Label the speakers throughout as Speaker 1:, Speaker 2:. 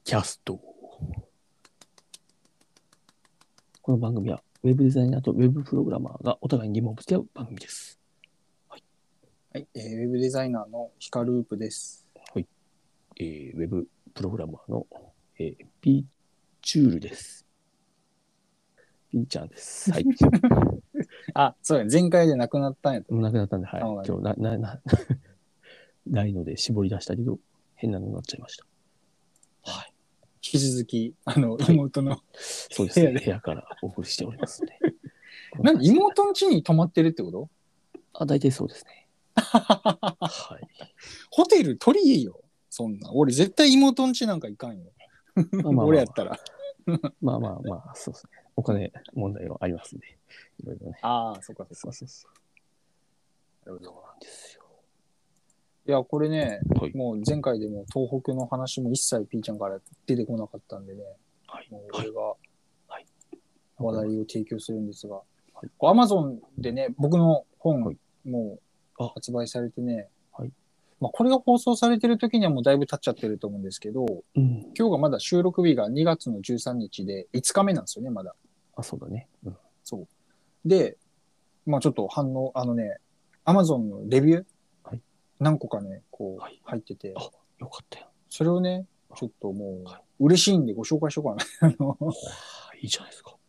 Speaker 1: キャスト。この番組はウェブデザイナーとウェブプログラマーがお互いに疑問をぶつけ合う番組です。
Speaker 2: はい、ウェブデザイナーのヒカループです。
Speaker 1: はい。ウェブプログラマーの、ピーチュールです。ピーちゃんです。はい。
Speaker 2: あ、そうや、前回で亡くなったんやと。
Speaker 1: なくなったんで、はい。
Speaker 2: 今
Speaker 1: 今日ないので絞り出したけど、変なのになっちゃいました。
Speaker 2: はい。引き続き、妹の
Speaker 1: そうですね。部屋からお送りしておりますね。
Speaker 2: 何、妹の家に泊まってるってこと？
Speaker 1: あ、大体そうですね。はい。
Speaker 2: ホテル取りよ。そんな。俺絶対妹の家なんか行かんよ。俺やったら。
Speaker 1: まあまあまあ、そうですね。お金問題はありますんで。いろいろね。
Speaker 2: ああ、そっかそっか。
Speaker 1: そうそうそう。そうなんですよ。
Speaker 2: いや、これね、
Speaker 1: はい、
Speaker 2: もう前回でも東北の話も一切ピーちゃんから出てこなかったんでね、
Speaker 1: はい、
Speaker 2: もう俺が話題を提供するんですが、
Speaker 1: はい、
Speaker 2: アマゾンでね、僕の本、
Speaker 1: はい、
Speaker 2: もう発売されてね、
Speaker 1: はい、
Speaker 2: まあ、これが放送されてる時にはもうだいぶ経っちゃってると思うんですけど、
Speaker 1: うん、
Speaker 2: 今日がまだ収録日が2月の13日で5日目なんですよね、まだ。
Speaker 1: あ、そうだね。うん、
Speaker 2: そう。で、まあちょっとアマゾンのレビュー、
Speaker 1: はい、
Speaker 2: 何個かね、こう、
Speaker 1: はい、
Speaker 2: 入ってて、
Speaker 1: あ、よかったよ。
Speaker 2: それをね、ちょっともう、嬉しいんでご紹介しようかな。
Speaker 1: いいじゃないですか。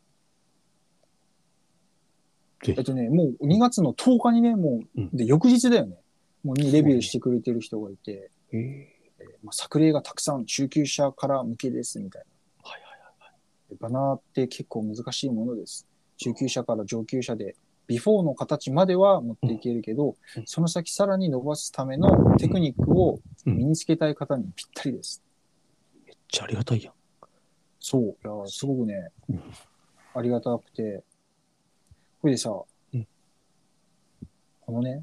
Speaker 2: もう2月の10日にね、もう、で、翌日だよね。もうにレビューしてくれてる人がいて、まあ、作例がたくさん中級者から向けですみたいな。はいはいはい。バナーって結構難しいものです。中級者から上級者で、ビフォーの形までは持っていけるけど、その先さらに伸ばすためのテクニックを身につけたい方にぴったりです。
Speaker 1: めっちゃありがたいやん。
Speaker 2: そう。いや、すごくね、ありがたくて、これでさ、このね、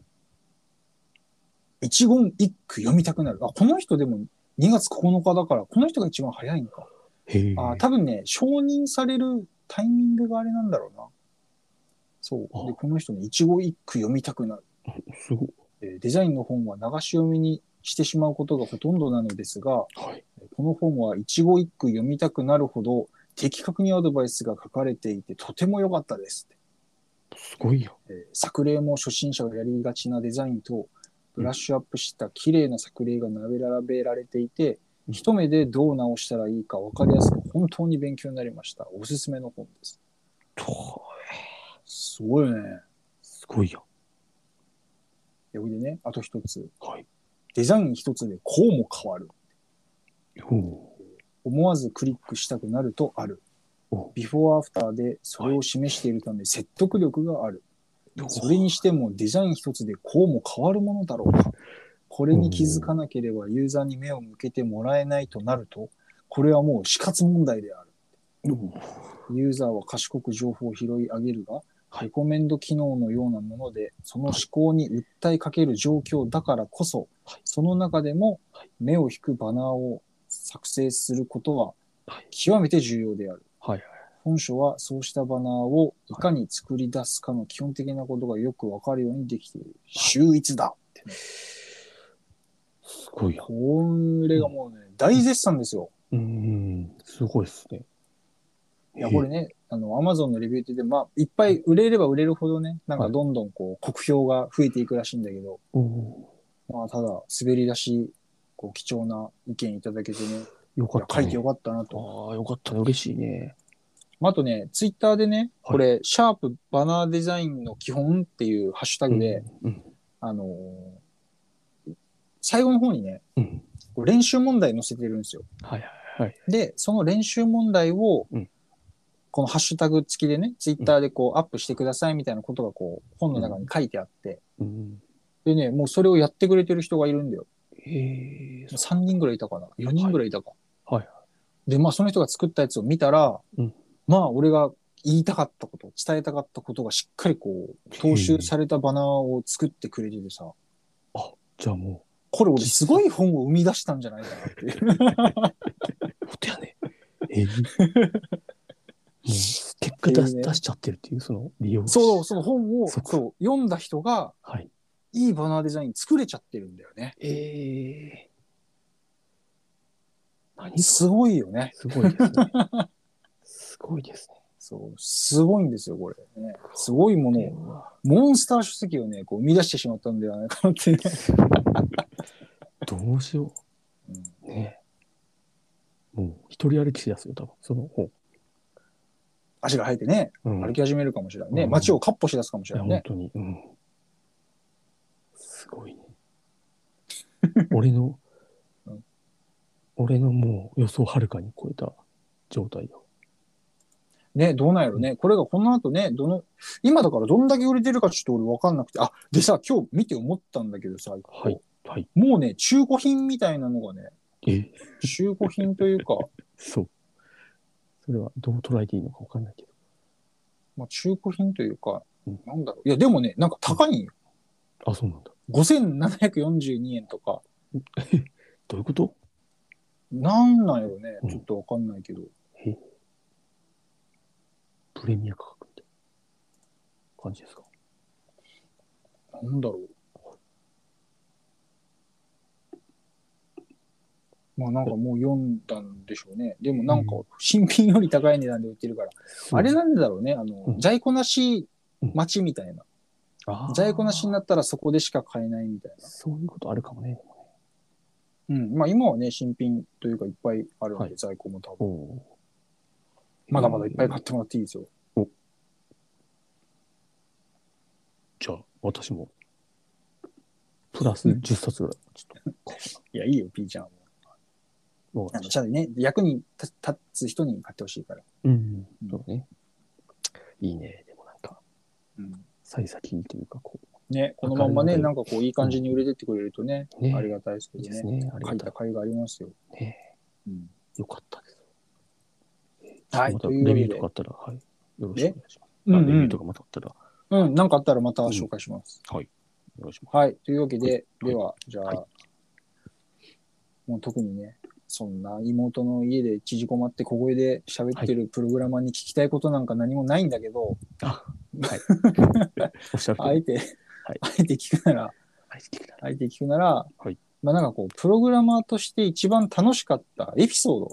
Speaker 2: 一言一句読みたくなる。あ、この人でも2月9日だから、この人が一番早いんか。多分ね、承認されるタイミングがあれなんだろうな。そう。で、この人ね、一語一句読みたくなる。
Speaker 1: すごい。
Speaker 2: デザインの本は流し読みにしてしまうことがほとんどなのですが、この本は一語一句読みたくなるほど的確にアドバイスが書かれていてとても良かったです。
Speaker 1: すごいよ。
Speaker 2: 作例も初心者がやりがちなデザインとブラッシュアップした綺麗な作例が並べられていて、一目でどう直したらいいか分かりやすく本当に勉強になりました。おすすめの本です。すごいよね。
Speaker 1: すごいよ。
Speaker 2: でね、あと一つ。デザイン一つでこうも変わる。思わずクリックしたくなるとある。ビフォーアフターでそれを示しているため説得力がある。それにしてもデザイン一つでこうも変わるものだろうか。これに気づかなければユーザーに目を向けてもらえないとなると、これはもう死活問題である。ユーザーは賢く情報を拾い上げるが、レコメンド機能のようなもので、その思考に訴えかける状況だからこそ、その中でも目を引くバナーを作成することは極めて重要である。本書はそうしたバナーをいかに作り出すかの基本的なことがよくわかるようにできている。秀逸だってね。
Speaker 1: すごいよ。
Speaker 2: これがもうね、大絶賛ですよ。
Speaker 1: すごいですね。
Speaker 2: いや、これね、アマゾンのレビューってで、まあ、いっぱい売れれば売れるほどね、なんかどんどんこう、酷評が増えていくらしいんだけど、まあ、ただ、滑り出し、こう、貴重な意見いただけてね、
Speaker 1: よかったね。
Speaker 2: 書いてよかったなと。
Speaker 1: ああ、よかったね。嬉しいね。
Speaker 2: あとね、ツイッターでね、これ、シャープバナーデザインの基本っていうハッシュタグで、最後の方にね、練習問題載せてるんですよ。で、その練習問題を、このハッシュタグ付きでね、ツイッターでこうアップしてくださいみたいなことがこう、本の中に書いてあって、でね、もうそれをやってくれてる人がいるんだよ。3人ぐらいいたかな ?4 人ぐらいいたか。で、まあその人が作ったやつを見たら、まあ俺が言いたかったこと、伝えたかったことがしっかりこう、踏襲されたバナーを作ってくれててさ。
Speaker 1: あ、じゃあもう。
Speaker 2: これ俺すごい本を生み出したんじゃないかなっていう。本
Speaker 1: 当やね。もう結果出しちゃってるっていう、その利用者。
Speaker 2: そう、その本をそう読んだ人が、いいバナーデザイン作れちゃってるんだよね。 すごいよね。
Speaker 1: すごいですね。すごいですね。
Speaker 2: そう、すごいんですよ、これ、ね。すごいものを、モンスター書籍をね、こう生み出してしまったんではないかなっていう。
Speaker 1: どうしよう。ねえ。もう一人歩きしやすよ、多分。その本。
Speaker 2: 足が生えてね、歩き始めるかもしれないね。街をかっ歩し出すかもしれないね。
Speaker 1: 本当に。すごいね。俺の、俺のもう予想をはるかに超えた状態よ。
Speaker 2: ね、どうなんやろね。これがこの後ね、今だからどんだけ売れてるかちょっと俺わかんなくて。あ、でさ、今日見て思ったんだけどさ、
Speaker 1: はい。はい。
Speaker 2: もうね、中古品みたいなのがね、中古品というか、
Speaker 1: そう。それはどう捉えていいのかわかんないけど。
Speaker 2: まあ中古品というか、なんだろう。いや、でもね、なんか高いんよ。
Speaker 1: あ、そうなんだ。
Speaker 2: 5742円とか。
Speaker 1: どういうこと？
Speaker 2: なんなんやろね。ちょっとわかんないけど。
Speaker 1: プレミア価格みたいな感じですか？
Speaker 2: なんだろう。まあなんかもう読んだんでしょうね。でもなんか新品より高い値段で売ってるから。あれなんでだろうね。在庫なし待ちみたいな。在庫なしになったらそこでしか買えないみたいな。
Speaker 1: そういうことあるかもね。
Speaker 2: まあ今はね、新品というかいっぱいあるんで、在庫も多分。まだまだいっぱい買ってもらっていいですよ。
Speaker 1: じゃあ、私も、プラス10冊ぐらい。ちょっと。
Speaker 2: いや、いいよ、P ちゃんも。ちゃんとね、役に立つ人に買ってほしいから。
Speaker 1: そうね。いいね。でもなんか、幸先というか、こう。
Speaker 2: ね、このまんまね、なんかこう、いい感じに売れてってくれるとね、ありがたいですけどね。書いた甲斐がありますよ。
Speaker 1: よかったです。
Speaker 2: はい、という
Speaker 1: レビューとかあったら、はい。よろしくお願いします。レビューとかまたあったら。
Speaker 2: なんかあったらまた紹介します。
Speaker 1: はい。お願いします。
Speaker 2: はい。というわけで、では、じゃあ、もう特にね、そんな妹の家で縮こまって小声で喋ってるプログラマーに聞きたいことなんか何もないんだけど、
Speaker 1: はい。おっしゃると
Speaker 2: あえて聞くなら、まあなんかこう、プログラマーとして一番楽しかったエピソー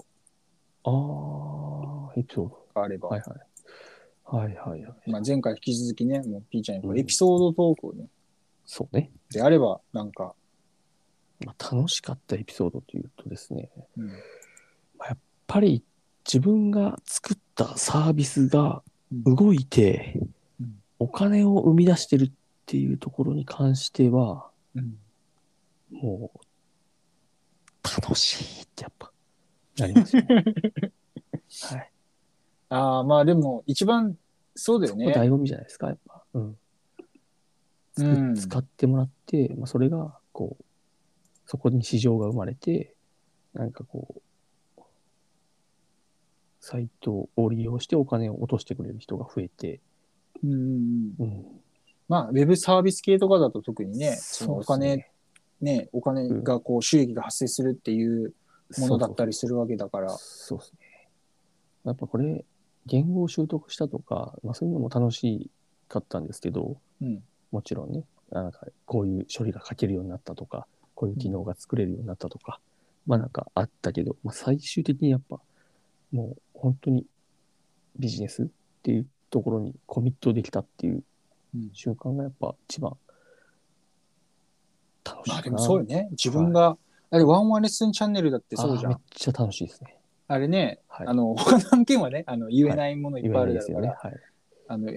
Speaker 1: ド。エピソード
Speaker 2: があれば。まあ前回引き続きね、もうピーちゃんにエピソードトークをね、
Speaker 1: そうね。
Speaker 2: であれば、なんか。
Speaker 1: 楽しかったエピソードというとですね、やっぱり自分が作ったサービスが動いて、お金を生み出してるっていうところに関しては、もう、楽しいってやっぱ、なりますよね。はい。
Speaker 2: まあでも、一番、そうだよね。
Speaker 1: そこ醍醐味じゃないですか、やっぱ。使ってもらって、それが、こう、そこに市場が生まれて、なんかこう、サイトを利用してお金を落としてくれる人が増えて、
Speaker 2: まあ、ウェブサービス系とかだと特にね、そのお金がこう収益が発生するっていうものだったりするわけだから。
Speaker 1: そうですね。やっぱこれ、言語を習得したとか、そういうのも楽しかったんですけど、もちろんね、なんかこういう処理が書けるようになったとか、こういう機能が作れるようになったとか、なんかあったけど、最終的にやっぱ、もう本当にビジネスっていうところにコミットできたっていう瞬間がやっぱ一番楽しいかな。
Speaker 2: でもそうよね。自分が、あれ、ワンワンレッスンチャンネルだってそうじゃん。
Speaker 1: めっちゃ楽しいですね。
Speaker 2: あれね、他の案件はね、言えないものいっぱいあるだろうから、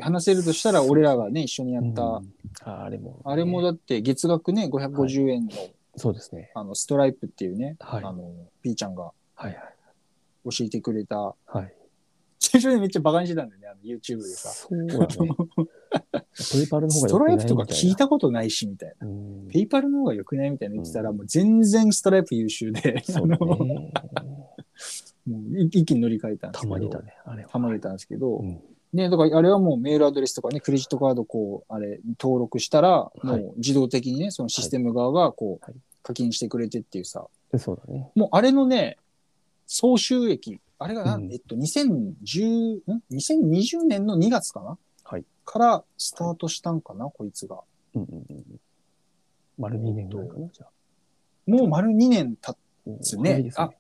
Speaker 2: 話せるとしたら俺らがね、一緒にやった、あれもだって月額ね、550円の、
Speaker 1: そうですね。
Speaker 2: ストライプっていうね、P ちゃんが、教えてくれた、最初にめっちゃバカにしてたんだよね、YouTube でさ。
Speaker 1: そうだね。ペイパルの方が
Speaker 2: ストライプとか聞いたことないし、みたいな。ペイパルの方が良くないみたいな言ってたら、もう全然ストライプ優秀で、もう一気に乗り換えたんですけど。たまげたんですけど、ね、だからあれはもうメールアドレスとかね、クレジットカードこう、登録したら、もう自動的にね、そのシステム側がこう、課金してくれてっていうさ。
Speaker 1: そうだね。
Speaker 2: もうあれのね、総収益、あれが2020年の2月かなからスタートしたんかな、こいつが。
Speaker 1: 丸2年ぐらいかな、じゃあ。
Speaker 2: もう丸2年経つね。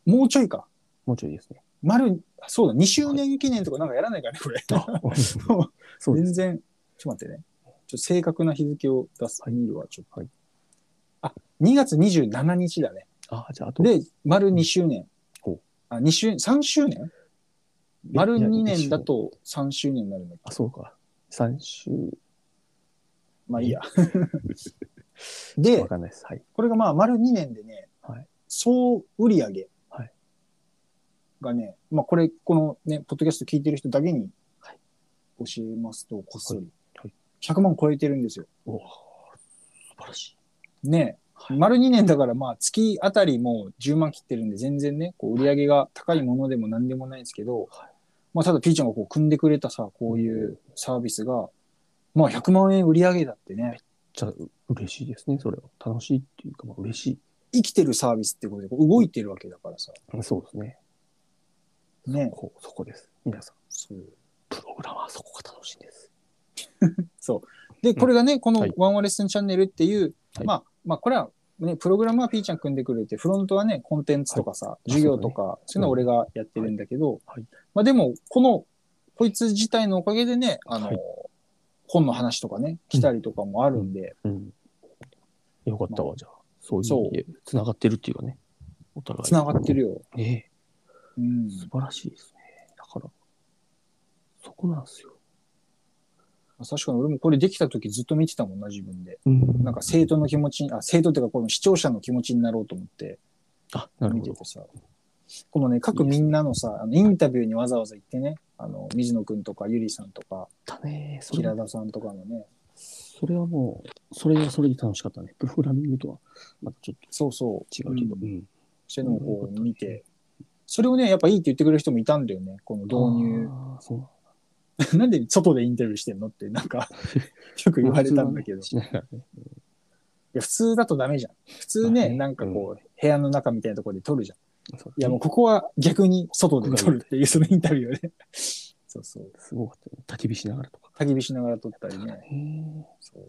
Speaker 2: もうちょいか。
Speaker 1: もうちょいですね。
Speaker 2: そうだ、2周年記念とかなんかやらないからね、これ。
Speaker 1: そうです。
Speaker 2: 全然、ちょっと待ってね。正確な日付を出す。見るわ、ちょっと。
Speaker 1: はい。
Speaker 2: あ、2月27日だね。
Speaker 1: じゃあ、あと。
Speaker 2: で、丸2周年。
Speaker 1: ほう。
Speaker 2: 3周年丸2年だと3周年になるんだっけ。
Speaker 1: そうか。3周。
Speaker 2: まあいいや。で、
Speaker 1: わかんないです。はい。
Speaker 2: これがまあ丸2年でね、総売上がね、まあこのね、ポッドキャスト聞いてる人だけに教えますと、こっそり。100万超えてるんですよ。
Speaker 1: おお、素晴らし
Speaker 2: い。ね、丸2年だからまあ月あたりもう10万切ってるんで全然ね、こう売上が高いものでも何でもないんですけど、まあただピーちゃんがこう組んでくれたさ、こういうサービスが、まあ100万円売上だってね。めっ
Speaker 1: ちゃ嬉しいですね、それは。楽しいっていうか、まあ嬉しい。
Speaker 2: 生きてるサービスってことで動いてるわけだからさ。
Speaker 1: そうですね。
Speaker 2: ね。
Speaker 1: そこです。皆さん。
Speaker 2: そう。
Speaker 1: プログラマーそこが楽しいんです。
Speaker 2: そう。で、これがね、このワンワンレッスンチャンネルっていう、まあこれはね、プログラマーピーちゃん組んでくれて、フロントはね、コンテンツとかさ、授業とか、そういうのは俺がやってるんだけど、まあでも、こいつ自体のおかげでね、本の話とかね、来たりとかもあるんで。
Speaker 1: よかったわ、じゃあ。そういう意味で、繋がってるっていうかね。お互い。
Speaker 2: 繋がってるよ。
Speaker 1: 素晴らしいですね。だから、そこなんですよ。
Speaker 2: 確かに俺もこれできた時ずっと見てたもんな、自分で。なんか生徒の気持ちに、生徒っていうかこの視聴者の気持ちになろうと思って、見ててさ。このね、各みんなのさ、インタビューにわざわざ行ってね、水野くんとかゆりさんとか、平田さんとかのね。
Speaker 1: それはもう、それはそれで楽しかったね。プログラミングとは、またちょっと違うけど。
Speaker 2: そういうのをこう見て、それをね、やっぱいいって言ってくれる人もいたんだよね、この導入。なんで外でインタビューしてんのってなんかよく言われたんだけど。いや、普通だとダメじゃん。普通ね、なんかこう、部屋の中みたいなところで撮るじゃん。いや、もうここは逆に外で撮るっていうそのインタビューをね。そうそう。
Speaker 1: すごかったね。焚き火しながらとか。
Speaker 2: 焚き火しながら撮ったりね。そう。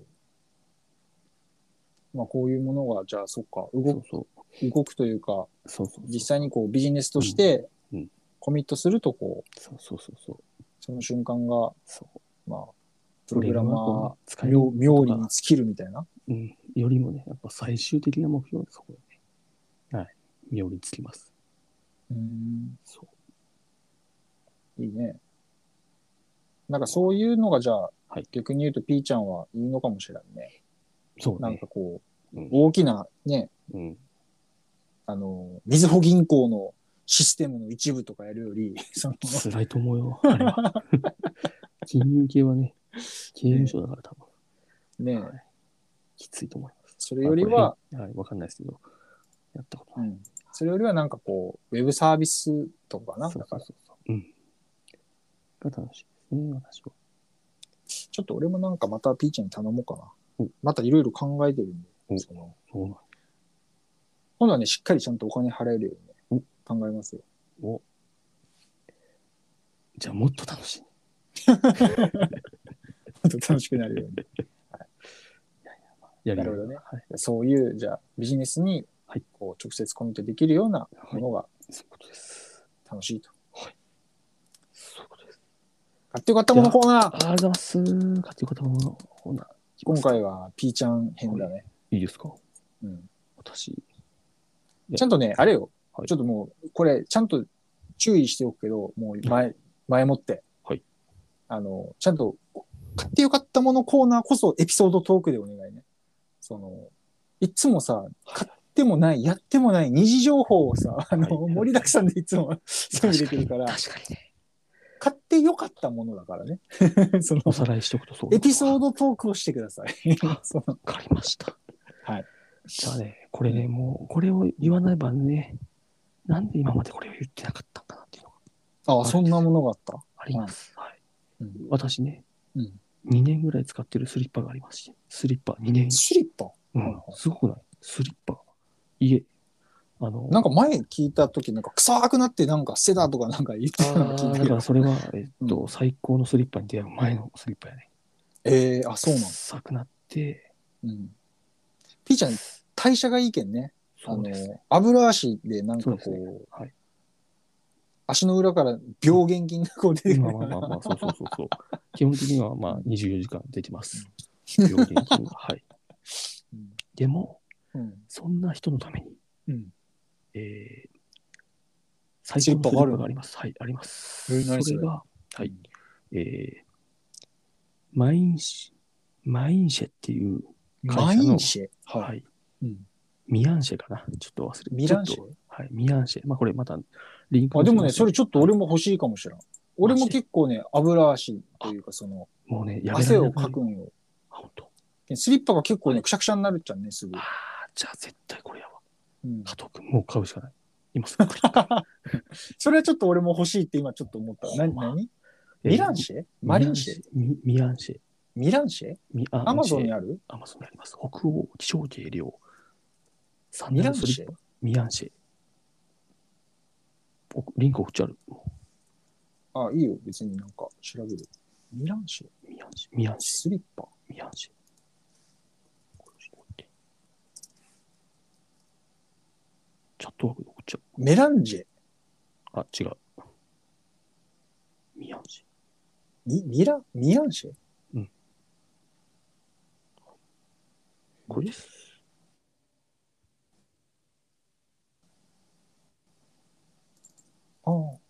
Speaker 2: まあこういうものが、じゃあそっか、動くというか、実際にこうビジネスとしてコミットするとこう、その瞬間が、まあ、プログラマー妙利に尽きるみたいな。
Speaker 1: よりもね、やっぱ最終的な目標はそこでね。妙利に尽きます。
Speaker 2: そう。いいね。なんかそういうのがじゃあ、逆に言うと P ちゃんはいいのかもしれないね。なんかこう、大きなね、みずほ銀行のシステムの一部とかやるより、
Speaker 1: 辛いと思うよ。あれは金融系はね、経営省だから多分。
Speaker 2: ね
Speaker 1: きついと思います。
Speaker 2: それよりは、
Speaker 1: わかんないですけど、やったことない。
Speaker 2: それよりはなんかこう、ウェブサービスとかかな。だから。
Speaker 1: が楽しいですね、私は。
Speaker 2: ちょっと俺もなんかまた P ちゃんに頼もうかな。またいろいろ考えてるんで。今度はね、しっかりちゃんとお金払えるように、ね、考えますよ。
Speaker 1: じゃあもっと楽しい。
Speaker 2: もっと楽しくなるように。なるほどね。そういう、じゃあビジネスにこう直接コミットできるようなものが楽しいと。買ってよかったものコーナー。
Speaker 1: ありがとうございます。買ってよかったものコーナー。
Speaker 2: 今回は P ちゃん編だね。
Speaker 1: いいですか？私。
Speaker 2: ちゃんとね、あれよ。ちょっともう、これ、ちゃんと注意しておくけど、もう前もって。ちゃんと、買ってよかったものコーナーこそエピソードトークでお願いね。いつもさ、買ってもない、やってもない二次情報をさ、盛りだくさんでいつも全部出てるから。
Speaker 1: 確かにね。
Speaker 2: 買ってよかったものだからね。
Speaker 1: おさらいしとくとそう。
Speaker 2: エピソードトークをしてください。
Speaker 1: わかりました。
Speaker 2: はい。
Speaker 1: じゃあね、これね、もう、これを言わないばね、なんで今までこれを言ってなかったんだなっていうのが。
Speaker 2: ああ、そんなものがあった。
Speaker 1: あります。はい。私ね、2年ぐらい使ってるスリッパがありまして、スリッパ2年。
Speaker 2: スリッパ
Speaker 1: すごくない？スリッパ。家。
Speaker 2: なんか前聞いたとき、なんか臭くなってなんか捨てたとかなんか言ってたの聞いたけど。
Speaker 1: だからそれは、最高のスリッパに出会う前のスリッパやね。
Speaker 2: そうなの。
Speaker 1: 臭くなって。
Speaker 2: ピーちゃん、代謝がいいけんね。
Speaker 1: そうですね。
Speaker 2: 油足でなんかこ
Speaker 1: そうですね。
Speaker 2: う、
Speaker 1: はい。
Speaker 2: 足の裏から病原菌がこう出てくるような。
Speaker 1: そうそうそうそう。基本的にはまあ
Speaker 2: うん
Speaker 1: 24時間出てます。病原菌が。はい。
Speaker 2: うん
Speaker 1: でも、
Speaker 2: うん
Speaker 1: そんな人のために、
Speaker 2: うん
Speaker 1: えー最
Speaker 2: スリ
Speaker 1: 高のスリ
Speaker 2: ッパがあるの？
Speaker 1: ッパがあります。はい、あります。
Speaker 2: 何それ？
Speaker 1: それが、はい、
Speaker 2: うん
Speaker 1: えーマインシ、マインシェっていう会
Speaker 2: マ
Speaker 1: 社の、
Speaker 2: インシェ。はい。
Speaker 1: はい、
Speaker 2: うん、
Speaker 1: ミアンシェかな。ちょっと忘れ、
Speaker 2: ミランシェ。
Speaker 1: ちょっと、はい、ミアンシェ。まあこれまたリンク
Speaker 2: あ、でもね、
Speaker 1: 載せますんで。
Speaker 2: それちょっと
Speaker 1: はい、
Speaker 2: 俺も欲しいかもしれん。俺も
Speaker 1: マジで。
Speaker 2: 結構ね、油足と
Speaker 1: あ、
Speaker 2: いうか、
Speaker 1: もうね、やめら
Speaker 2: 汗を
Speaker 1: れなくなるよ。
Speaker 2: かくんよ。
Speaker 1: あ、本当。
Speaker 2: スリッパが結構ね、
Speaker 1: はい。
Speaker 2: くしゃくしゃになるっちゃね、すぐ。
Speaker 1: じゃあ絶対これやわ。
Speaker 2: うん。
Speaker 1: 加藤君、もう買うしかない。今すぐクリック。
Speaker 2: それはちょっと俺も欲しいって今ちょっと思った。
Speaker 1: ほんま。
Speaker 2: 何ミランシェマリンシェ
Speaker 1: ミアンシェ。
Speaker 2: ミランシェ
Speaker 1: ミア
Speaker 2: アマ
Speaker 1: ンシェ。
Speaker 2: ゾンにある？
Speaker 1: アマゾンにあります。北欧気象軽量。サンダ
Speaker 2: ミランシェ
Speaker 1: ルスリッパ。ミアンシェ。リンク送っちゃう。
Speaker 2: あ、いいよ。別になんか調べる。ミランシェ
Speaker 1: ミアンシェ。ミアンシェ。
Speaker 2: スリッパ。
Speaker 1: ミアンシェ。これちょっと待って。チャットワークで送っちゃう。
Speaker 2: メランジェ
Speaker 1: あ、違う。ミアンシ
Speaker 2: ミランシェ
Speaker 1: ェ。これです。
Speaker 2: ああ。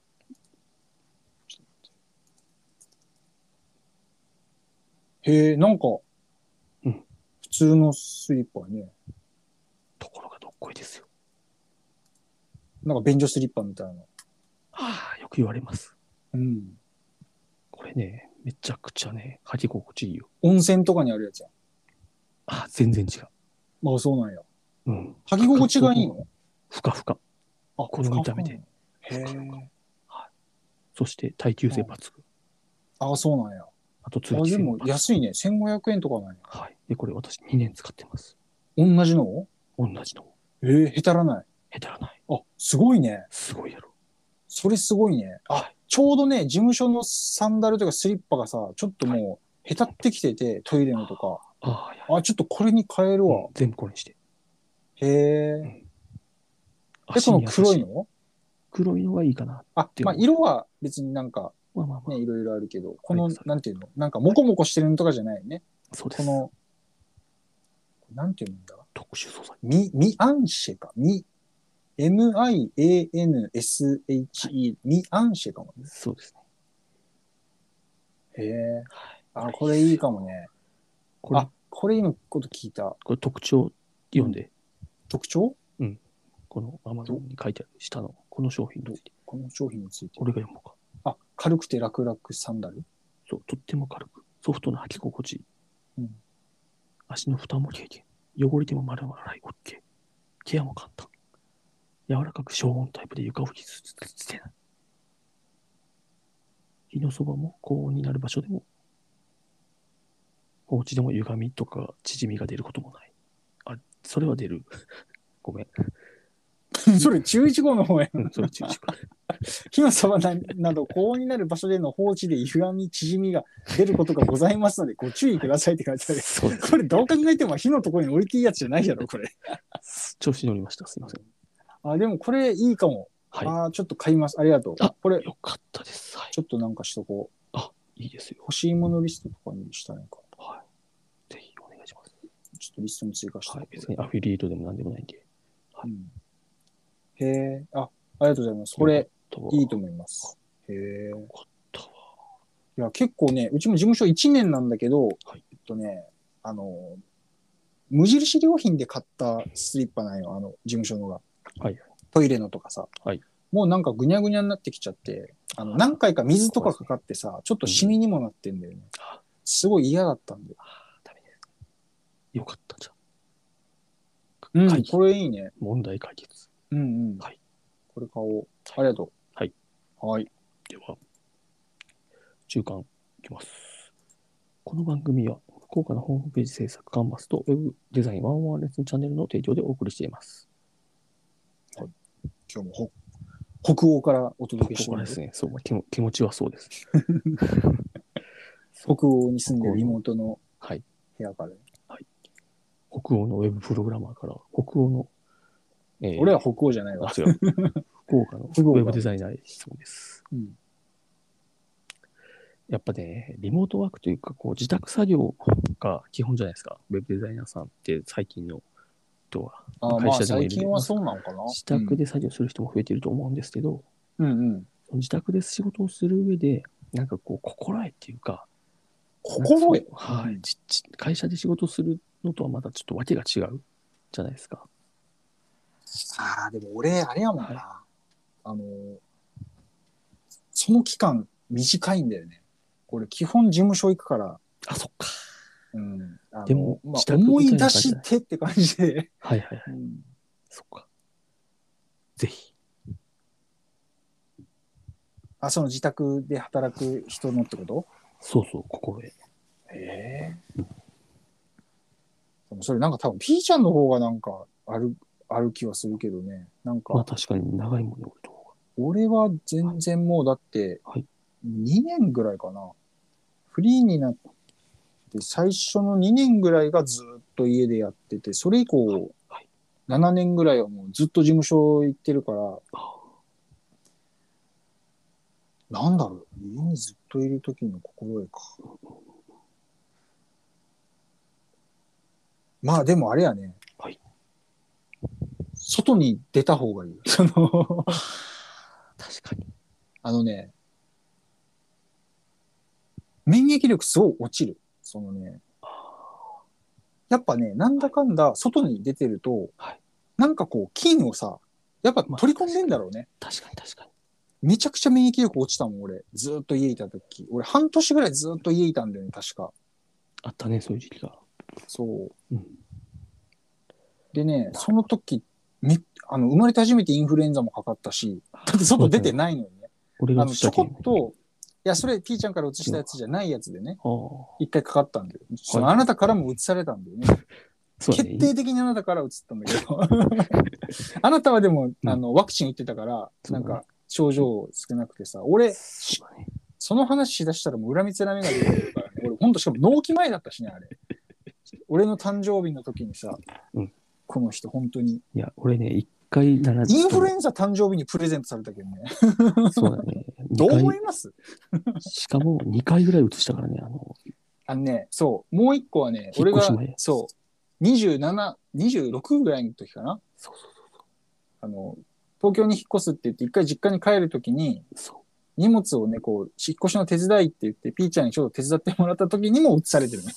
Speaker 2: へえ、なんか、
Speaker 1: うん
Speaker 2: 普通のスリッパね。
Speaker 1: ところがどっこいですよ。
Speaker 2: なんか便所スリッパみたいな。
Speaker 1: はあ、よく言われます。
Speaker 2: うん。
Speaker 1: これね、めちゃくちゃね、履き心地いいよ。
Speaker 2: 温泉とかにあるやつや。
Speaker 1: あ、全然違う。
Speaker 2: まあそうなんや。
Speaker 1: うん。
Speaker 2: 履き心地がいいの？
Speaker 1: ふかふか。
Speaker 2: あ、
Speaker 1: この見た目で。
Speaker 2: へえ。
Speaker 1: はい。そして耐久性抜群。
Speaker 2: あ、そうなんや。
Speaker 1: あと通
Speaker 2: あ、でも
Speaker 1: 気性も抜群。
Speaker 2: 安いね。1500円とかなんや。
Speaker 1: はい。で、これ私2年使ってます。
Speaker 2: 同じの？
Speaker 1: 同じの。
Speaker 2: へたらない。
Speaker 1: へたらない。
Speaker 2: あ、すごいね。
Speaker 1: すごいやろ。
Speaker 2: それすごいね。あ、
Speaker 1: はい。
Speaker 2: ちょうどね、事務所のサンダルとかスリッパがさ、ちょっともう、へたってきてて、トイレのとか。
Speaker 1: ああ、いやい
Speaker 2: あ、ちょっとこれに変えるわ。
Speaker 1: 全部これにして。
Speaker 2: へえ。この
Speaker 1: 足に優しい。
Speaker 2: 黒いの？
Speaker 1: 黒いのがいいかなっ
Speaker 2: あ、まあ、
Speaker 1: て思う。
Speaker 2: 色は別になんか、
Speaker 1: まあまあまあ。
Speaker 2: ね、いろいろあるけど、この
Speaker 1: あります、
Speaker 2: なんていうのなんか、モコモコしてるのとかじゃないよね。
Speaker 1: そうです。
Speaker 2: この、なんていうんだ
Speaker 1: 特殊素材。
Speaker 2: ミアンシェか。MIANSHE、ミアンシェかもね。
Speaker 1: そうですね。
Speaker 2: へえ。
Speaker 1: はい。
Speaker 2: これいいかもね。
Speaker 1: これ、
Speaker 2: これ今こと聞いた。
Speaker 1: これ特徴読んで、
Speaker 2: 特徴？
Speaker 1: この Amazon に書いてある下のこの商品について。
Speaker 2: この商品について。
Speaker 1: これが読もうか。
Speaker 2: 軽くて楽々サンダル？
Speaker 1: そう、とっても軽く、ソフトな履き心地いい。
Speaker 2: うん。
Speaker 1: 足の負担も軽減。汚れても丸洗い OK。ケアも簡単。柔らかく消音タイプで床を傷つけない。火のそばも高温になる場所でも、放置でも歪みとか縮みが出ることもない。あ、それは出る。ごめん。
Speaker 2: それ中1号の方や。
Speaker 1: それ中止か。
Speaker 2: 火のそばなど高温になる場所での放置で歪み、縮みが出ることがございますので、ご注意くださいって書いてある。
Speaker 1: そうです。
Speaker 2: これどう考えても火のところに置いていいやつじゃないやろ、これ。
Speaker 1: 調子に乗りました。すいません。
Speaker 2: でもこれいいかも。
Speaker 1: はい。
Speaker 2: ちょっと買います。ありがとう。これ、
Speaker 1: よかったです。はい。
Speaker 2: ちょっとなんかしとこう。
Speaker 1: いいですよ。
Speaker 2: 欲しいものリストとかにしたいか。
Speaker 1: はい。ぜひお願いします。
Speaker 2: ちょっとリストに追加して。
Speaker 1: はい。別にアフィリエイトでも何でもないんで。
Speaker 2: はい。へえ。ありがとうございます。これ、いいと思います。へえ。よかったわ。いや、結構ね、うちも事務所1年なんだけど、無印良品で買ったスリッパなんよ、事務所のが。
Speaker 1: はい。
Speaker 2: トイレのとかさ。
Speaker 1: はい。
Speaker 2: もうなんかぐにゃぐにゃになってきちゃって、何回か水とかかかってさ、ちょっとシミにもなってんだよね。すごい嫌だったんで。
Speaker 1: ダメです。よかったじゃ
Speaker 2: ん。これいいね。
Speaker 1: 問題解決。
Speaker 2: はい。これ買おう。ありがとう。
Speaker 1: はい。
Speaker 2: はい。
Speaker 1: では、中間いきます。この番組は、福岡のホームページ制作カンバスとウェブデザイン101レッスンチャンネルの提供でお送りしています。
Speaker 2: はい。今日も北欧からお届けしています。
Speaker 1: ですね。そう、気持ちはそうです。
Speaker 2: 北欧に住んでる妹の部屋から、
Speaker 1: はい。北欧のウェブプログラマーから、北欧の
Speaker 2: 俺は北欧じゃないわ。
Speaker 1: 違う。福岡のウェブデザイナー質問です。やっぱね、リモートワークというか、自宅作業が基本じゃないですか。ウェブデザイナーさんって最近の人は。
Speaker 2: 会社でもいる。最近はそうなのかな。
Speaker 1: 自宅で作業する人も増えていると思うんですけど、
Speaker 2: 自
Speaker 1: 宅で仕事をする上で、なんか心得っていうか、
Speaker 2: 心得
Speaker 1: はい、会社で仕事するのとはまたちょっとわけが違うじゃないですか。
Speaker 2: でも俺、あれやもんな。その期間短いんだよね。これ基本事務所行くから。
Speaker 1: そっか。
Speaker 2: でも、思い出してって感じで。
Speaker 1: はい。そっか。ぜひ。
Speaker 2: その自宅で働く人のってこと？
Speaker 1: そう、心得。
Speaker 2: それなんか多分、P ちゃんの方がなんかある気はするけどね。なんか。
Speaker 1: 確かに長いもんね、俺と。
Speaker 2: 俺は全然もうだって、2年ぐらいかな。フリーになって、最初の2年ぐらいがずっと家でやってて、それ以降、7年ぐらいはもうずっと事務所行ってるから、なんだろう、家にずっといる時の心得か。でもあれやね。外に出た方がいい。
Speaker 1: 確かに。
Speaker 2: 免疫力すごい落ちる。やっぱね、なんだかんだ外に出てると、なんか菌をさ、やっぱ取り込んでんだろうね。
Speaker 1: 確かに。
Speaker 2: めちゃくちゃ免疫力落ちたもん、俺。ずっと家いた時。俺半年ぐらいずっと家いたんだよね、確か。
Speaker 1: あったね、そういう時期が。
Speaker 2: そう。でね、その時、生まれて初めてインフルエンザもかかったし、だって外出てないのにね。ちょこっと、いや、それ、P ちゃんから移したやつじゃないやつでね、一回かかったんだよ。あなたからも移されたんだよね。決定的にあなたから移ったんだけど。あなたはでも、ワクチン打ってたから、なんか、症状少なくてさ、俺、その話しだしたらもう恨みつらみが出てるからね。俺、ほんとしかも納期前だったしね、あれ。俺の誕生日の時にさ、この人、本当に。
Speaker 1: いや、俺ね、一回
Speaker 2: インフルエンザ誕生日にプレゼントされたけどね。
Speaker 1: そうだね。
Speaker 2: どう思います？
Speaker 1: しかも2回ぐらい移したからね、
Speaker 2: そう、もう一個はね、俺が、そう、27、26ぐらいの時かな。東京に引っ越すって言って、一回実家に帰る時に、荷物をね、引っ越しの手伝いって言って、ピーちゃんにちょっと手伝ってもらった時にも移されてるね。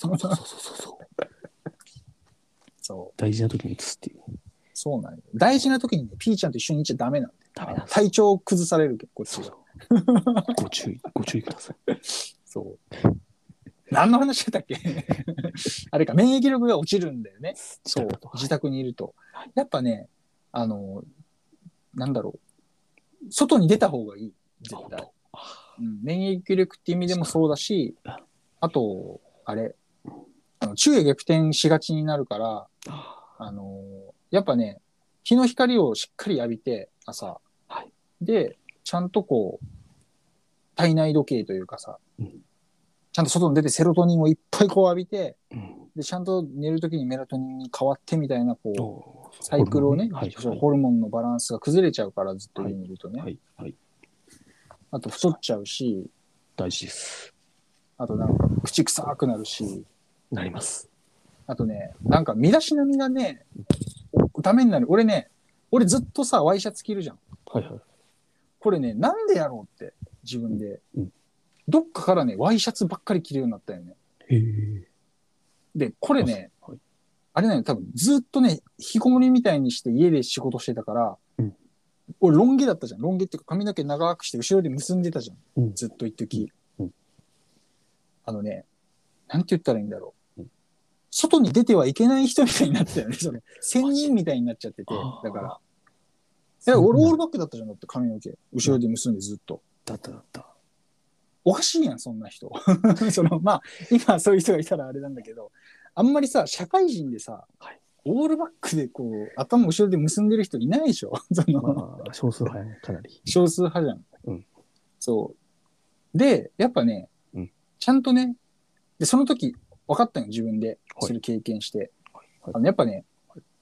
Speaker 2: そう。
Speaker 1: 大事な時に移すっていう。
Speaker 2: そうなんよ。大事な時にね、ピーちゃんと一緒にいちゃダメなんで。体調崩されるけど、こっちが。
Speaker 1: ご注意ください。
Speaker 2: そう。何の話してたっけ？あれか、免疫力が落ちるんだよね。そう。自宅にいると。やっぱね、なんだろう。外に出た方がいい。絶対。免疫力って意味でもそうだし、あと、あれ、昼夜逆転しがちになるから、やっぱね、日の光をしっかり浴びて、朝。で、ちゃんと体内時計というかさ、ちゃんと外に出てセロトニンをいっぱい浴びて、で、ちゃんと寝るときにメラトニンに変わってみたいな、サイクルをね、ホルモンのバランスが崩れちゃうから、ずっと家にいるとね。あと、太っちゃうし、
Speaker 1: 大事です。
Speaker 2: あと、なんか、口臭くなるし。
Speaker 1: なります。
Speaker 2: あとね、なんか、身だしなみがね、ダメになる。俺ずっとさ、ワイシャツ着るじゃん。これね、なんでやろうって、自分で。どっかからね、ワイシャツばっかり着るようになったよね。で、これね、あれなの、多分ずっとね、引きこもりみたいにして家で仕事してたから、俺ロン毛だったじゃん。ロン毛っていうか髪の毛長くして後ろで結んでたじゃん。ずっと一時。なんて言ったらいいんだろう。外に出てはいけない人みたいになってたよね。仙人みたいになっちゃってて。だから。俺オールバックだったじゃん。だって髪の毛。後ろで結んでずっと。
Speaker 1: だった。
Speaker 2: おかしいやん、そんな人。今そういう人がいたらあれなんだけど、あんまりさ、社会人でさ、オールバックで頭後ろで結んでる人いないでしょ。
Speaker 1: 少数派やね、かなり。
Speaker 2: 少数派じゃん。そう。で、やっぱね、ちゃんとね、で、その時分かったよ、自分で。それ経験して。やっぱね、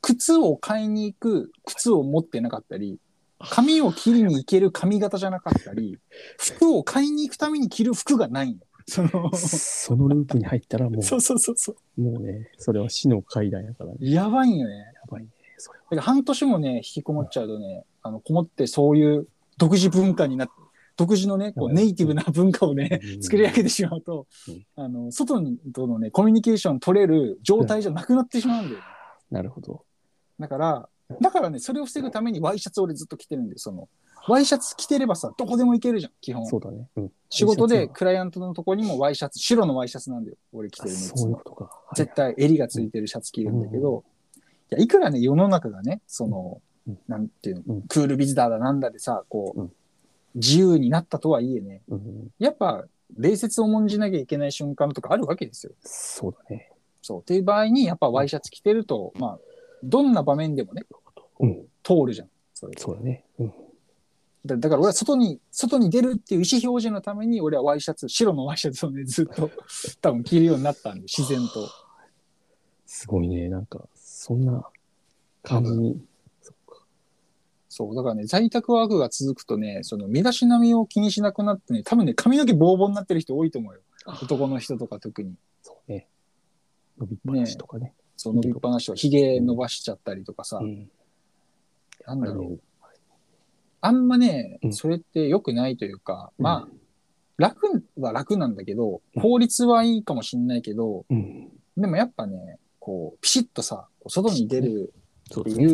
Speaker 2: 靴を買いに行く靴を持ってなかったり、髪を切りに行ける髪型じゃなかったり、服を買いに行くために着る服がないの。
Speaker 1: そのループに入ったらもう、
Speaker 2: そうそうそうそう。
Speaker 1: もうね、それは死の階段やからね。
Speaker 2: やばいんよね。
Speaker 1: やばいね、それは。
Speaker 2: だから半年もね、引きこもっちゃうとね、こもってそういう独自文化になって、独自のね、こうネイティブな文化をね、作り上げてしまうと、外にとのね、コミュニケーション取れる状態じゃなくなってしまうんだよね。
Speaker 1: なるほど。
Speaker 2: だからね、それを防ぐためにワイシャツ俺ずっと着てるんで、ワイシャツ着てればさ、どこでも行けるじゃん、基本。
Speaker 1: そうだね。
Speaker 2: 仕事でクライアントのとこにもワイシャツ、白のワイシャツなんだよ、俺着てるの。
Speaker 1: そういうことか。
Speaker 2: 絶対襟がついてるシャツ着るんだけど、いくらね、世の中がね、なんていうの、クールビズダーだなんだでさ、こう、自由になったとはいえね、やっぱ、礼節を重んじなきゃいけない瞬間とかあるわけですよ。
Speaker 1: そうだね。
Speaker 2: そう。っていう場合に、やっぱワイシャツ着てると、まあ、どんな場面でもね、通るじゃん。
Speaker 1: そうだね。
Speaker 2: だから俺は外に出るっていう意思表示のために、俺はワイシャツ、白のワイシャツをね、ずっと多分着るようになったんで、自然と。
Speaker 1: すごいね。なんか、そんな感じに。
Speaker 2: そう、だからね、在宅ワークが続くとね、身だしなみを気にしなくなってね、多分ね、髪の毛ボーボーになってる人多いと思うよ。男の人とか特に。
Speaker 1: そうね。伸びっぱなしとかね。
Speaker 2: そう、伸びっぱなしとか、髭伸ばしちゃったりとかさ。なんだろう。あんまね、それって良くないというか、まあ、楽は楽なんだけど、効率はいいかもしんないけど、でもやっぱね、こう、ピシッとさ、外に出るっていう、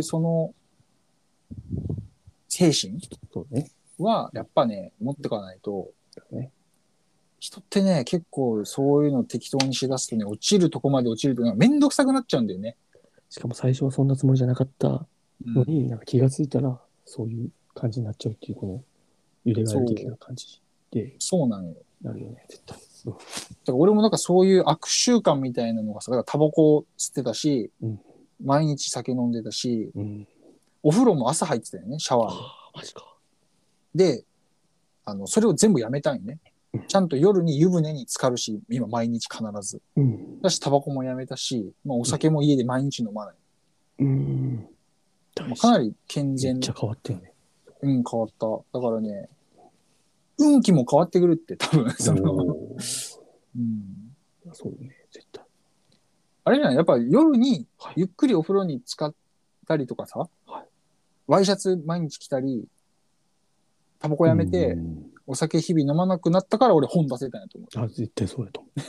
Speaker 2: 精神は、やっぱね、持ってかないと、人ってね、結構そういうの適当にしだすとね、落ちるとこまで落ちると、めんどくさくなっちゃうんだよね。
Speaker 1: しかも最初はそんなつもりじゃなかったのに、なんか気がついたら、そういう感じになっちゃうっていう、この揺れがえる的な感じで。
Speaker 2: そうなのよ。
Speaker 1: なるよね、絶対。
Speaker 2: だから俺もなんかそういう悪習慣みたいなのがさ、だからタバコ吸ってたし、毎日酒飲んでたし、お風呂も朝入ってたよね、シャワーで。
Speaker 1: マジか。
Speaker 2: で、それを全部やめたいね。ちゃんと夜に湯船に浸かるし、今毎日必ず。だし、タバコもやめたし、まあ、お酒も家で毎日飲まない。まあ、かなり健全。
Speaker 1: めっちゃ変わったよね。
Speaker 2: 変わった。だからね、運気も変わってくるって、多分、そう
Speaker 1: ね、絶対。
Speaker 2: あれじゃない、やっぱ夜にゆっくりお風呂に浸かったりとかさ、ワイシャツ毎日着たり、タバコやめて、お酒日々飲まなくなったから俺本出せたんやと思う。
Speaker 1: あ、絶対そうやと思う。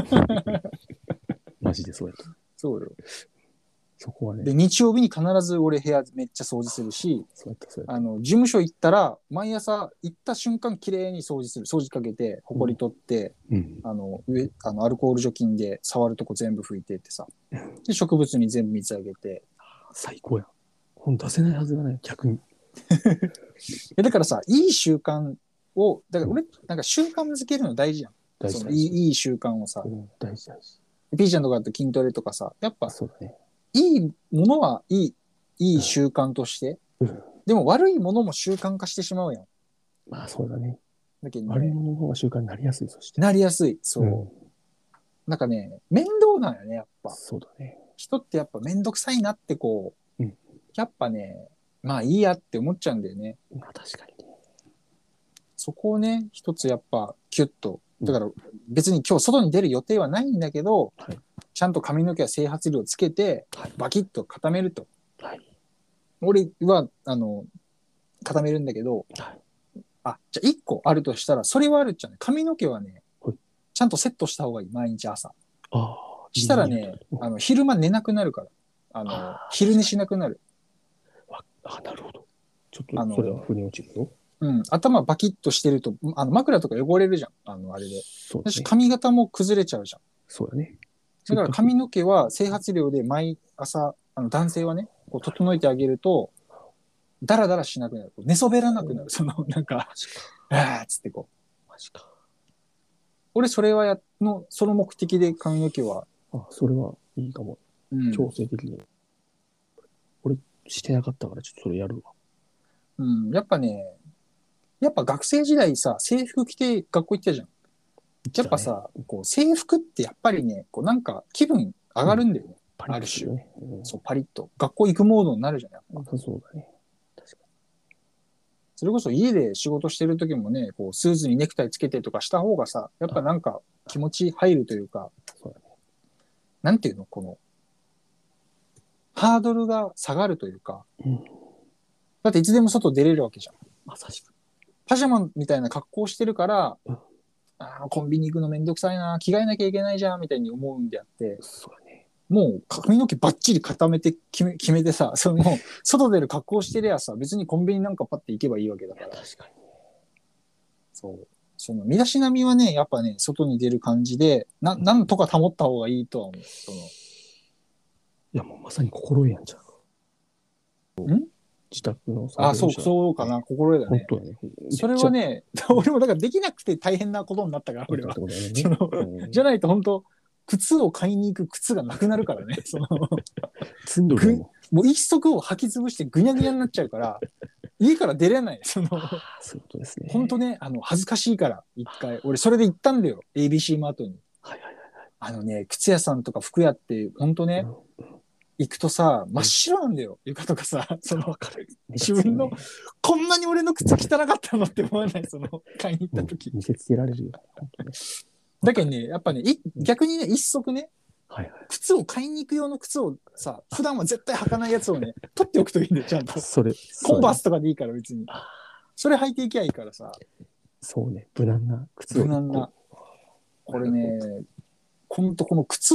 Speaker 1: マジでそうやと思う。
Speaker 2: そうよ。
Speaker 1: そこはね。
Speaker 2: で、日曜日に必ず俺部屋めっちゃ掃除するし、
Speaker 1: そうやった。
Speaker 2: 事務所行ったら、毎朝行った瞬間きれいに掃除する。掃除かけて、ほこり取って、アルコール除菌で触るとこ全部拭いてってさ。で、植物に全部水あげて。
Speaker 1: 最高や。本出せないはずがない、逆に。
Speaker 2: だからさ、いい習慣を、だから俺、なんか習慣づけるの大事やん。
Speaker 1: 大事。
Speaker 2: いい習慣をさ。
Speaker 1: 大事。
Speaker 2: ピーちゃんとかだと筋トレとかさ、やっぱ、
Speaker 1: そうだね。
Speaker 2: いいものはいい習慣として、でも悪いものも習慣化してしまうやん。
Speaker 1: まあそうだね。
Speaker 2: だけどね、
Speaker 1: 悪いものの方が習慣になりやすい、そして。
Speaker 2: なりやすい。そう。なんかね、面倒なんよね、やっぱ。
Speaker 1: そうだね。
Speaker 2: 人ってやっぱ面倒くさいなってこう、やっぱね、まあいいやって思っちゃうんだよね。
Speaker 1: まあ確かにね。
Speaker 2: そこをね、一つやっぱキュッと。だから別に今日外に出る予定はないんだけど、ちゃんと髪の毛は整髪料つけて、バキッと固めると。俺は、固めるんだけど、じゃあ一個あるとしたら、それはあるっちゃね、髪の毛はね、ちゃんとセットした方がいい、毎日朝。したらね、昼間寝なくなるから。昼寝しなくなる。
Speaker 1: なるほど。ちょっとそれは腑に落ちるよ。
Speaker 2: 頭バキッとしてると、枕とか汚れるじゃん。あれで。私、髪型も崩れちゃうじゃん。
Speaker 1: そうだね。
Speaker 2: だから髪の毛は整髪料で毎朝、男性はね、こう整えてあげると、ダラダラしなくなる。寝そべらなくなる。なんか、つってこう。
Speaker 1: マジか。
Speaker 2: 俺、それはその目的で髪の毛は。
Speaker 1: それはいいかも。強制的に。俺、してなかったからちょっとそれやるわ。
Speaker 2: やっぱね、やっぱ学生時代さ、制服着て学校行ってたじゃん。やっぱさ、こう制服ってやっぱりね、こうなんか気分上がるんだよね。
Speaker 1: パリッとするね。
Speaker 2: そうパリッと学校行くモードになるじゃない。
Speaker 1: そうだね。確かに。
Speaker 2: それこそ家で仕事してる時もね、こうスーツにネクタイつけてとかした方がさ、やっぱなんか気持ち入るというか、
Speaker 1: そうだね。
Speaker 2: なんていうの、このハードルが下がるというか、だっていつでも外出れるわけじゃん。
Speaker 1: まさしく。
Speaker 2: パジャマみたいな格好してるから、コンビニ行くのめんどくさいな、着替えなきゃいけないじゃんみたいに思うんであって、
Speaker 1: そうだね。
Speaker 2: もう髪の毛バッチリ固めて決めてさ、その外出る格好してりゃさ、別にコンビニなんかパッて行けばいいわけだから。
Speaker 1: 確かに。
Speaker 2: そう。その身だしなみはね、やっぱね、外に出る感じで、なんとか保った方がいいとは思う。
Speaker 1: いや、もうまさに心得やんじゃん。自宅の
Speaker 2: そうかな、心得だね。
Speaker 1: 本当だね。
Speaker 2: それはね、俺もだからできなくて大変なことになったから、俺は。じゃないと本当、靴を買いに行く靴がなくなるからね。もう一足を履き潰してぐにゃぐにゃになっちゃうから、家から出れない。
Speaker 1: そういうことですね。
Speaker 2: 本当ね、恥ずかしいから、一回。俺、それで行ったんだよ。ABC マートに。靴屋さんとか服屋って、本当ね、行くとさ、真っ白なんだよ。床とかさ、自分の、こんなに俺の靴汚かったのって思わない、買いに行った時。
Speaker 1: 見せつけられるよ。
Speaker 2: だけどね、やっぱね、逆にね、一足ね、靴を買いに行く用の靴をさ、普段は絶対履かないやつをね、取っておくといいんだよ、ちゃんと。コンバースとかでいいから別に。それ履いていきゃいいからさ。
Speaker 1: そうね、無難な靴
Speaker 2: を。無難な。これね、ほんとこの靴って、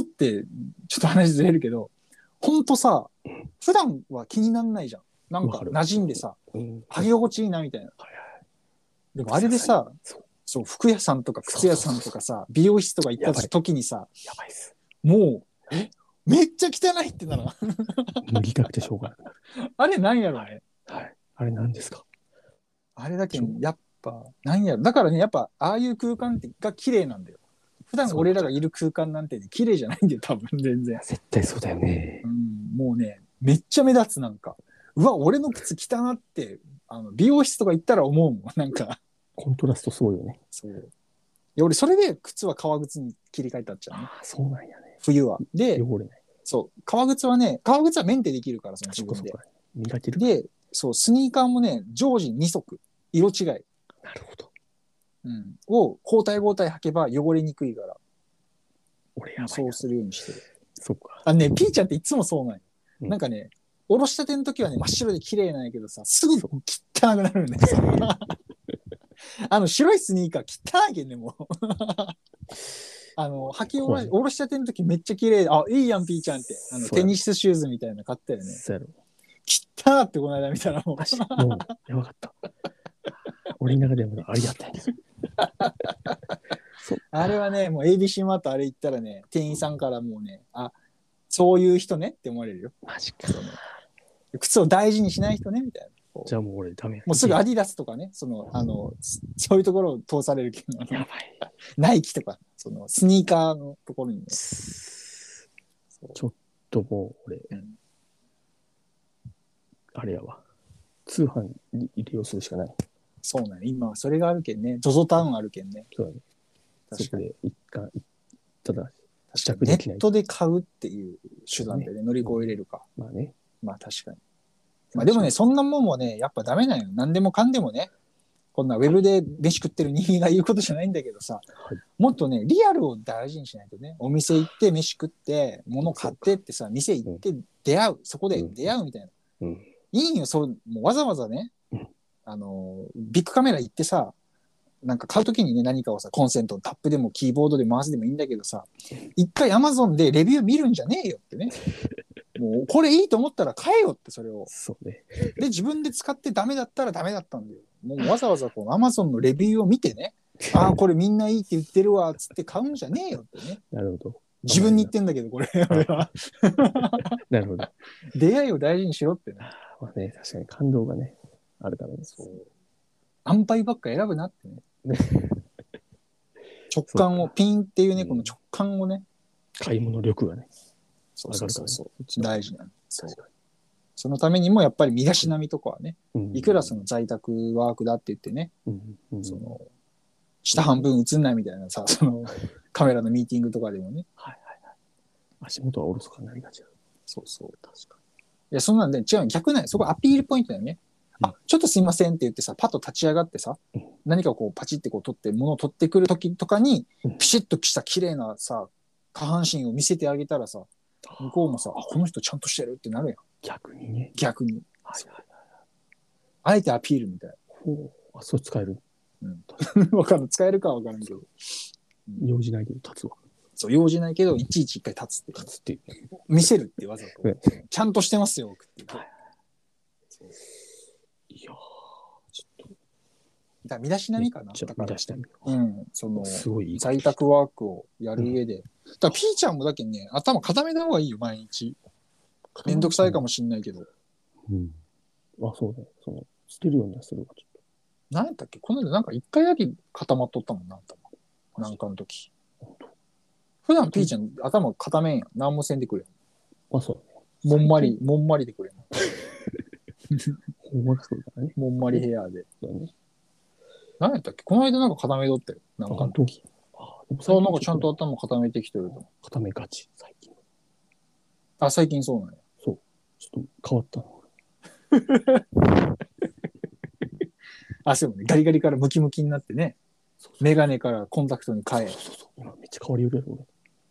Speaker 2: ちょっと話ずれるけど、ほんとさ、普段は気になんないじゃん。なんか馴染んでさ、履き心地いいなみたいな。でもあれでさ、そう、服屋さんとか靴屋さんとかさ、美容室とか行った時にさ、もう、めっちゃ汚いってなら。
Speaker 1: 塗りたくてしょうがない。
Speaker 2: あれなんやろね。
Speaker 1: あれなんですか。
Speaker 2: あれだけやっぱ、なんやろ。だからね、やっぱ、ああいう空間が綺麗なんだよ。普段俺らがいる空間なんてね、綺麗じゃないんだよ、多分、全然。
Speaker 1: 絶対そうだよね。
Speaker 2: もうね、めっちゃ目立つ、なんか。うわ、俺の靴汚って、美容室とか行ったら思うもん、なんか。
Speaker 1: コントラストすごいよね。
Speaker 2: そう。いや、俺、それで靴は革靴に切り替えたっちゃうね。
Speaker 1: そうなんやね。
Speaker 2: 冬は。で、
Speaker 1: 汚れない。
Speaker 2: そう。革靴はメンテできるから、その自分で。
Speaker 1: 磨ける。
Speaker 2: で、そう、スニーカーもね、常時2足、色違い。
Speaker 1: なるほど。
Speaker 2: を交代履けば汚れにくいから。
Speaker 1: 俺やばいな。
Speaker 2: そうするようにしてる。
Speaker 1: そうか。
Speaker 2: ピーちゃんっていつもそうなんよ。なんかね、おろしたての時はね、真っ白で綺麗なんやけどさ、すぐ汚くなるんだよ。白いスニーカー汚いけんね、もう。履きおろしたての時めっちゃ綺麗。いいやん、ピーちゃんって。テニスシューズみたいなの買ったよね。汚ってこの間見たらもう。
Speaker 1: もう、やばかった。俺の中でもありがたいです。
Speaker 2: あれはね、もう ABC マートあれ行ったらね、店員さんからもうね、そういう人ねって思われるよ。
Speaker 1: マジか。
Speaker 2: 靴を大事にしない人ねみたいな。
Speaker 1: じゃあもう俺ダメや。
Speaker 2: もうすぐアディダスとかね、そういうところを通されるけど、
Speaker 1: やばい。
Speaker 2: ナイキとか、スニーカーのところにね。
Speaker 1: ちょっともう俺、あれやわ。通販に利用するしかない。
Speaker 2: そうね。今、それがあるけんね。ZOZO タウンあるけんね。
Speaker 1: そうだね。確かに。ただ、
Speaker 2: ネットで買うっていう手段でね、乗り越えれるか。
Speaker 1: まあね。
Speaker 2: まあ確かに。まあでもね、そんなもんもね、やっぱダメなんよ。何でもかんでもね。こんなウェブで飯食ってる人間が言うことじゃないんだけどさ、もっとね、リアルを大事にしないとね、お店行って飯食って、物買ってってさ、店行って出会う、そこで出会うみたいな。いいんよ、もうわざわざね、ビッグカメラ行ってさ、なんか買うときにね、何かをさ、コンセントのタップでもキーボードで回すでもいいんだけどさ、一回 Amazon でレビュー見るんじゃねえよってね。もうこれいいと思ったら買えよってそれを。
Speaker 1: そうね。
Speaker 2: で、自分で使ってダメだったらダメだったんだよ。もうわざわざこの Amazon のレビューを見てね、これみんないいって言ってるわ、つって買うんじゃねえよってね。
Speaker 1: なるほど。
Speaker 2: 自分に言ってんだけど、これ、俺は。
Speaker 1: なるほど。
Speaker 2: 出会いを大事にしろってね。
Speaker 1: まあね、確かに感動がね、あるからね。
Speaker 2: そう。安牌ばっか選ぶなってね。直感を、ピンっていうね、この直感をね。
Speaker 1: 買い物力がね。
Speaker 2: そう大事なんです。そのためにもやっぱり身だしなみとかはね、いくらその在宅ワークだって言ってね、下半分映んないみたいなさ、カメラのミーティングとかでもね。
Speaker 1: 足元はおろそかになりがちだ。
Speaker 2: そうそう。
Speaker 1: 確か
Speaker 2: いや、そんなんで、違う、逆なんや。そこアピールポイントだよね。ちょっとすいませんって言ってさ、パッと立ち上がってさ、何かこうパチってこう取って、物を取ってくるときとかに、ピシッとした綺麗なさ、下半身を見せてあげたらさ、向こうもさ、この人ちゃんとしてるってなるやん。
Speaker 1: 逆にね。
Speaker 2: 逆に。
Speaker 1: はいはいはい。
Speaker 2: あえてアピールみたいな。
Speaker 1: そう使える。
Speaker 2: わかんない。使えるかはわからんけど。
Speaker 1: 用事ないけど立つわ。
Speaker 2: そう、用事ないけど、いちいち一回立つって。
Speaker 1: 立つって。
Speaker 2: 見せるってわざと。ちゃんとしてますよ、って。
Speaker 1: いやー、ちょっと。
Speaker 2: だ身だしなみかな。
Speaker 1: だから、身だしなみ。
Speaker 2: その、
Speaker 1: すごい
Speaker 2: 在宅ワークをやる上で。だから、ピーちゃんもだけね、頭固めた方がいいよ、毎日。めんどくさいかもしんないけど。
Speaker 1: そうね。捨てるようにはするわ、ちょっと。
Speaker 2: 何やったっけこの間なんか一回だけ固まっとったもんな、頭。なんかの時。普段ピーちゃん頭固めんやん。何もせんでくれん。そうね。もんまりでくれん。
Speaker 1: ほんまそうだね。
Speaker 2: もんまりヘアで。何やったっけこの間なんか固めとったよ。なんかの時。そう、なんかちゃんと頭固めてきてると。
Speaker 1: 固めがち、最近。
Speaker 2: 最近そうなんや。
Speaker 1: そう。ちょっと変わったの。
Speaker 2: そうね。ガリガリからムキムキになってね。メガネからコンタクトに変え。
Speaker 1: 今めっちゃ変わりよるやろ、俺。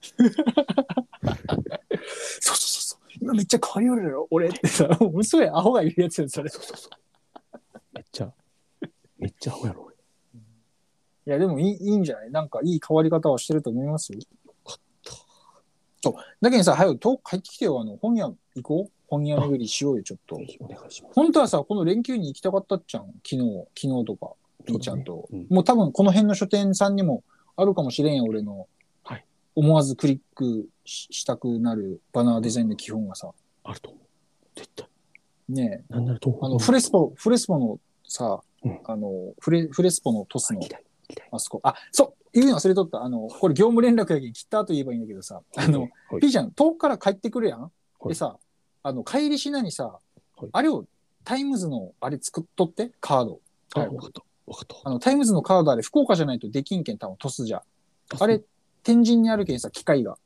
Speaker 2: そう。今めっちゃ変わりよるやろ、俺ってさ、嘘や、アホがいるやつやん、それ。
Speaker 1: めっちゃアホやろ、俺。
Speaker 2: いや、でもいいんじゃないなんかいい変わり方はしてると思いますよ。よかった。そう。だけどさ、早く遠く帰ってきてよ、本屋行こう本屋巡りしようよ、ちょっと。お願いします。本当はさ、この連休に行きたかったっちゃん。昨日とか、ピーちゃんと。もう多分この辺の書店さんにもあるかもしれんよ、俺の。はい。思わずクリックしたくなるバナーデザインの基本がさ。あると思う。絶対。ねえ。なんならフレスポのさ、フレスポのトスの、あそこ。そう言うの忘れとった。これ業務連絡やけん切った後言えばいいんだけどさ、ピーちゃん、遠くから帰ってくるやん。でさ、帰りしなにさ、あれをタイムズのあれ作っとってカード。わかった。タイムズのカードあれ福岡じゃないとできんけん多分トスじゃ。あれ、天神にあるけんさ、機械が、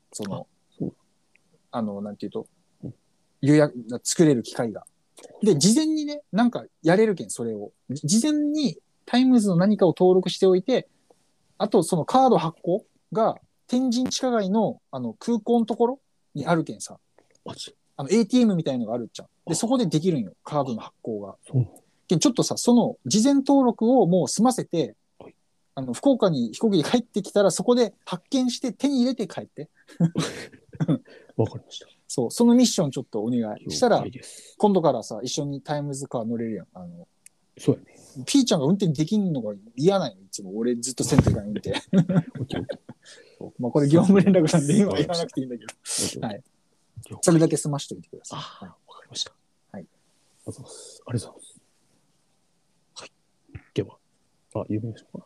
Speaker 2: なんていうと、作れる機械が。で、事前にね、なんかやれるけん、それを。事前にタイムズの何かを登録しておいて、あとそのカード発行が天神地下街の空港のところにあるけんさ。ATM みたいのがあるっちゃ。で、そこでできるんよ、カードの発行が。ちょっとさ、その事前登録をもう済ませて、福岡に飛行機で帰ってきたら、そこで発見して手に入れて帰って。わかりました。そう、そのミッションちょっとお願いしたら、今度からさ、一緒にタイムズカー乗れるやん。そうやね。ピーちゃんが運転できんのが嫌なんよ、いつも。俺ずっとセンターが運転。まあこれ業務連絡なんで今は言わなくていいんだけど。はい。それだけ済ましといてください。わかりました。はい。ありがとうございます。ありがとうございます。はい。では、読みましょうか。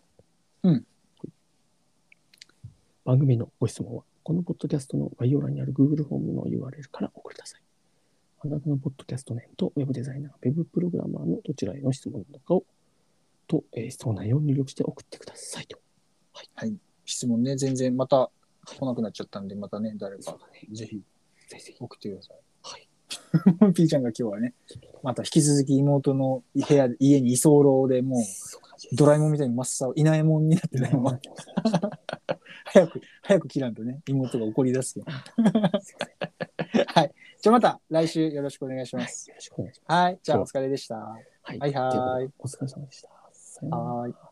Speaker 2: 番組のご質問は、このポッドキャストの概要欄にある Google フォームの URL からお送りください。あなたのポッドキャストネームとウェブデザイナー、ウェブプログラマーのどちらへの質問などかを、質問内容を入力して送ってくださいと。はい。質問ね、全然また来なくなっちゃったんで、またね、誰か、ぜひ送ってください。はい。ピーちゃんが今日はね、また引き続き妹の家に居候でもう、ドラえもんみたいに真っ青、いないもんになってないもん。早く切らんとね、妹が怒り出すけど。はい。じゃあまた来週よろしくお願いします。よろしくお願いします。はい。じゃあお疲れでした。はい。お疲れ様でした。はい。